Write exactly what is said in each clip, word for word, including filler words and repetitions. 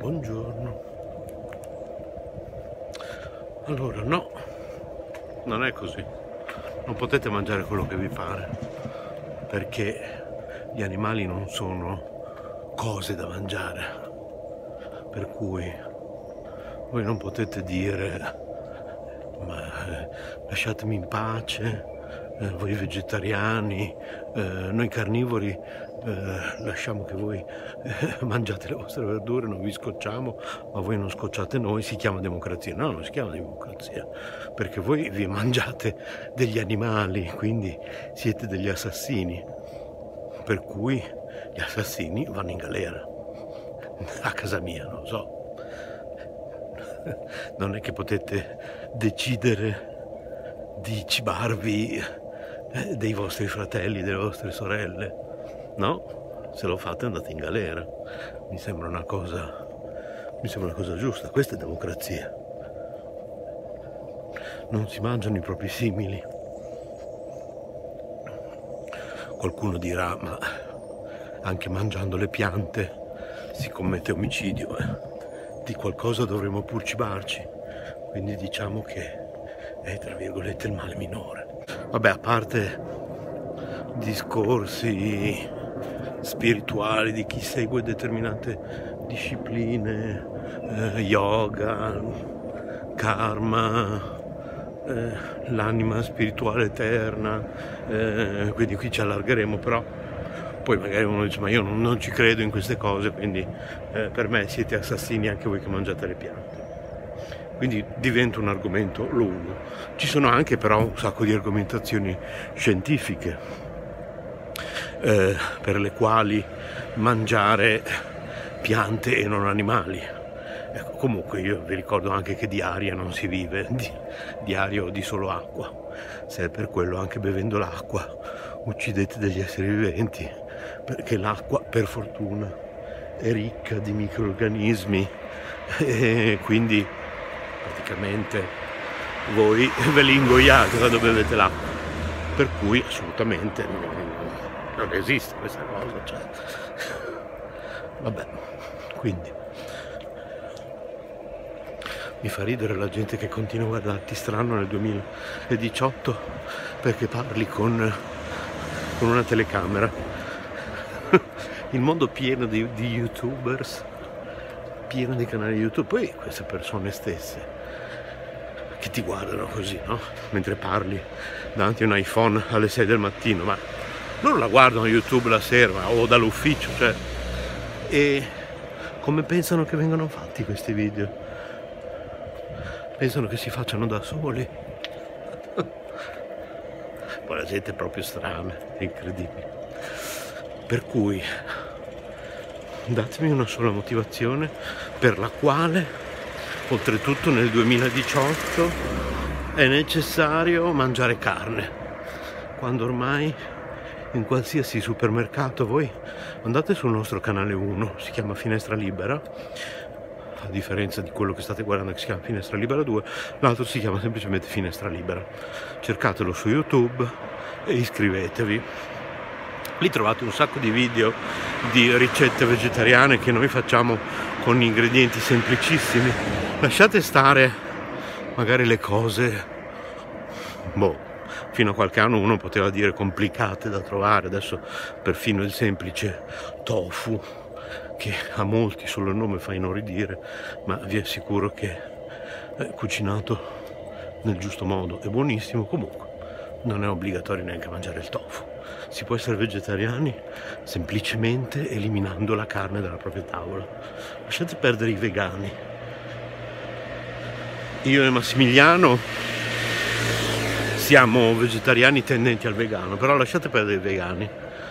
Buongiorno. Allora, no, non è così. Non potete mangiare quello che vi pare, perché gli animali non sono cose da mangiare. Per cui voi non potete dire, ma eh, lasciatemi in pace, eh, voi vegetariani, eh, noi carnivori, Eh, lasciamo che voi eh, mangiate le vostre verdure, non vi scocciamo, ma voi non scocciate noi, si chiama democrazia. No, non si chiama democrazia, perché voi vi mangiate degli animali, quindi siete degli assassini, per cui gli assassini vanno in galera. A casa mia, non lo so. Non è che potete decidere di cibarvi eh, dei vostri fratelli, delle vostre sorelle. No, se lo fate andate in galera. Mi sembra una cosa, mi sembra una cosa giusta. Questa è democrazia. Non si mangiano i propri simili. Qualcuno dirà, ma anche mangiando le piante si commette omicidio. Eh? Di qualcosa dovremmo pur cibarci. Quindi diciamo che è, tra virgolette, il male minore. Vabbè, a parte discorsi spirituali di chi segue determinate discipline, eh, yoga, karma, eh, l'anima spirituale eterna, eh, quindi qui ci allargheremo, però poi magari uno dice ma io non, non ci credo in queste cose, quindi eh, per me siete assassini anche voi che mangiate le piante. Quindi diventa un argomento lungo. Ci sono anche però un sacco di argomentazioni scientifiche Eh, per le quali mangiare piante e non animali. Ecco, comunque io vi ricordo anche che di aria non si vive, di, di aria o di solo acqua. Se è per quello, anche bevendo l'acqua uccidete degli esseri viventi, perché l'acqua, per fortuna, è ricca di microrganismi e quindi praticamente voi ve li ingoiate quando bevete l'acqua, per cui assolutamente non, non esiste questa cosa, cioè. Vabbè, quindi mi fa ridere la gente che continua a guardarti strano nel duemiladiciotto perché parli con, con una telecamera. Il mondo pieno di, di youtubers, pieno di canali YouTube, poi queste persone stesse che ti guardano così, no? Mentre parli davanti a un iPhone alle sei del mattino, ma loro la guardano YouTube la sera o dall'ufficio, cioè, e come pensano che vengano fatti questi video? Pensano che si facciano da soli. Poi la gente è proprio strana, è incredibile. Per cui datemi una sola motivazione per la quale, oltretutto nel duemiladiciotto, è necessario mangiare carne, quando ormai in qualsiasi supermercato, voi andate sul nostro canale uno, si chiama Finestra Libera, a differenza di quello che state guardando che si chiama Finestra Libera due, l'altro si chiama semplicemente Finestra Libera. Cercatelo su YouTube e iscrivetevi. Lì trovate un sacco di video di ricette vegetariane che noi facciamo con ingredienti semplicissimi. Lasciate stare magari le cose, boh, fino a qualche anno uno poteva dire complicate da trovare, adesso perfino il semplice tofu, che a molti solo il nome fa inorridire, ma vi assicuro che è cucinato nel giusto modo è buonissimo. Comunque non è obbligatorio neanche mangiare il tofu, si può essere vegetariani semplicemente eliminando la carne dalla propria tavola. Lasciate perdere i vegani. Io e Massimiliano siamo vegetariani tendenti al vegano, però lasciate perdere i vegani.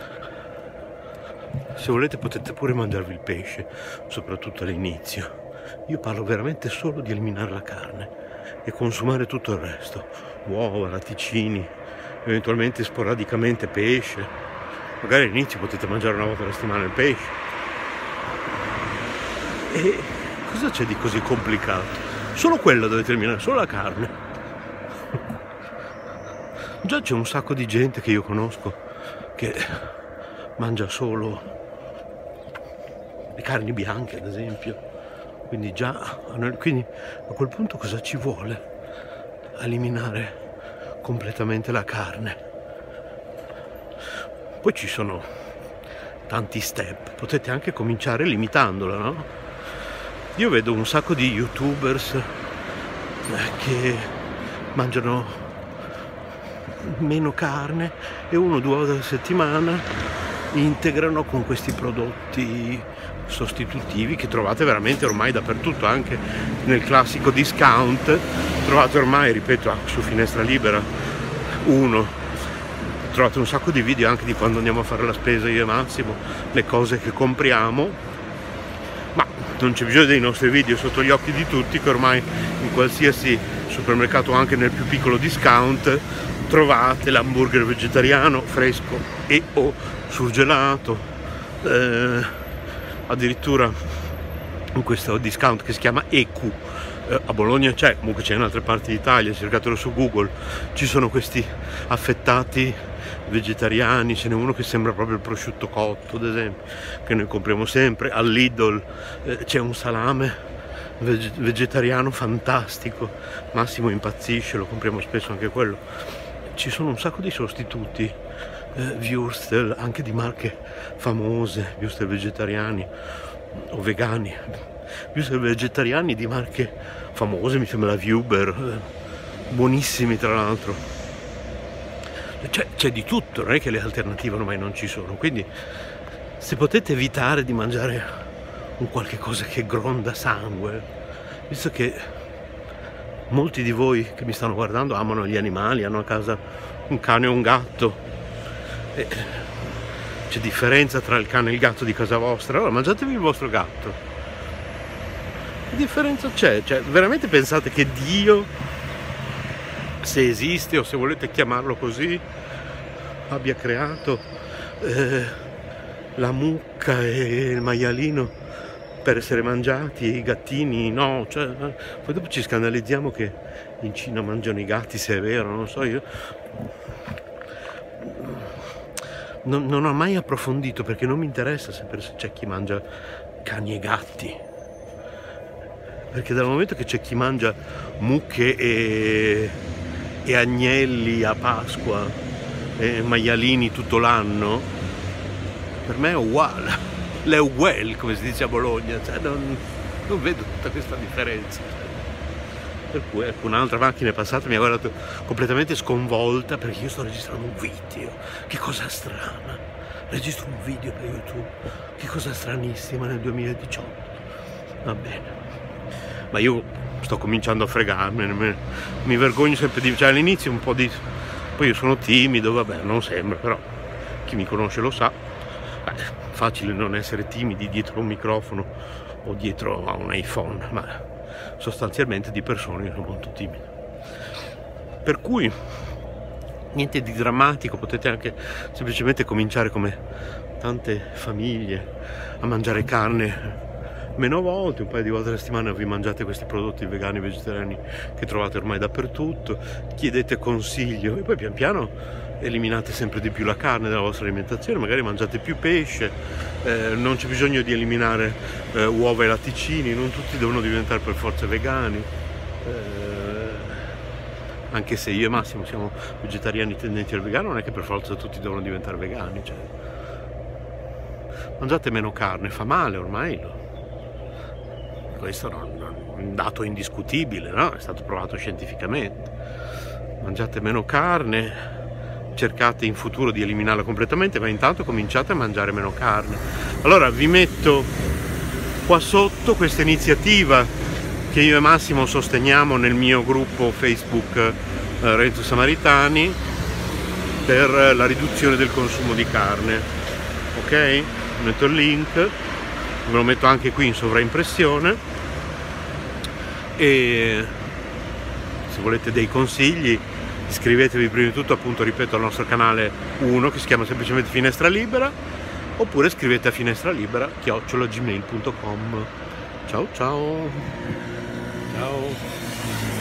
Se volete potete pure mangiarvi il pesce, soprattutto all'inizio. Io parlo veramente solo di eliminare la carne e consumare tutto il resto, uova, latticini, eventualmente sporadicamente pesce. Magari all'inizio potete mangiare una volta alla settimana il pesce. E cosa c'è di così complicato? Solo quello dovete eliminare, solo la carne. Già c'è un sacco di gente che io conosco che mangia solo le carni bianche, ad esempio, Quindi già, quindi a quel punto cosa ci vuole? Eliminare completamente la carne. Poi ci sono tanti step, potete anche cominciare limitandola, no? Io vedo un sacco di youtubers che mangiano meno carne e uno o due volte a settimana integrano con questi prodotti sostitutivi che trovate veramente ormai dappertutto, anche nel classico discount trovate ormai, ripeto, su Finestra Libera uno, trovate un sacco di video anche di quando andiamo a fare la spesa io e Massimo, le cose che compriamo, ma non c'è bisogno dei nostri video sotto gli occhi di tutti che ormai in qualsiasi supermercato, anche nel più piccolo discount, trovate l'hamburger vegetariano fresco e o surgelato, eh, addirittura in questo discount che si chiama E Q, eh, a Bologna c'è, comunque c'è in altre parti d'Italia, cercatelo su Google, ci sono questi affettati vegetariani, ce n'è uno che sembra proprio il prosciutto cotto ad esempio, che noi compriamo sempre. Al Lidl eh, c'è un salame veg- vegetariano fantastico, Massimo impazzisce, lo compriamo spesso anche quello. Ci sono un sacco di sostituti, eh, Würstel, anche di marche famose, Würstel vegetariani o vegani, Würstel vegetariani di marche famose, mi sembra la Weber, eh, buonissimi tra l'altro. C'è, c'è di tutto, non è che le alternative ormai non ci sono, quindi se potete evitare di mangiare un qualche cosa che gronda sangue, visto che molti di voi che mi stanno guardando amano gli animali, hanno a casa un cane o un gatto, e c'è differenza tra il cane e il gatto di casa vostra, allora mangiatevi il vostro gatto. Che differenza c'è? Cioè, veramente pensate che Dio, se esiste o se volete chiamarlo così, abbia creato eh, la mucca e il maialino per essere mangiati e i gattini no? Cioè, poi dopo ci scandalizziamo che in Cina mangiano i gatti, se è vero, non so, io non, non ho mai approfondito perché non mi interessa sapere se c'è chi mangia cani e gatti, perché dal momento che c'è chi mangia mucche e, e agnelli a Pasqua e maialini tutto l'anno, per me è uguale, le uguali come si dice a Bologna, cioè non, non vedo tutta questa differenza. Per cui ecco, un'altra macchina è passata, mi ha guardato completamente sconvolta perché io sto registrando un video, che cosa strana, registro un video per YouTube, che cosa stranissima nel duemiladiciotto, va bene, ma io sto cominciando a fregarmene, me, mi vergogno sempre di, cioè all'inizio un po' di, poi io sono timido, vabbè, non sembra, però chi mi conosce lo sa, eh, facile non essere timidi dietro un microfono o dietro a un iPhone, ma sostanzialmente di persone io sono molto timido, per cui niente di drammatico, potete anche semplicemente cominciare come tante famiglie a mangiare carne meno volte, un paio di volte alla settimana vi mangiate questi prodotti vegani e vegetariani che trovate ormai dappertutto, chiedete consiglio e poi pian piano eliminate sempre di più la carne dalla vostra alimentazione, magari mangiate più pesce, eh, non c'è bisogno di eliminare eh, uova e latticini, non tutti devono diventare per forza vegani, eh, anche se io e Massimo siamo vegetariani tendenti al vegano, non è che per forza tutti devono diventare vegani, cioè, mangiate meno carne, fa male ormai, questo è un dato indiscutibile, no? È stato provato scientificamente. Mangiate meno carne, cercate in futuro di eliminarla completamente, ma intanto cominciate a mangiare meno carne. Allora vi metto qua sotto questa iniziativa che io e Massimo sosteniamo nel mio gruppo Facebook eh, Renzo Samaritani per la riduzione del consumo di carne, ok? Metto il link, ve lo metto anche qui in sovraimpressione e se volete dei consigli iscrivetevi prima di tutto, appunto, ripeto, al nostro canale uno che si chiama semplicemente Finestra Libera, oppure scrivete a finestralibera chiocciola gmail punto com. Ciao ciao ciao.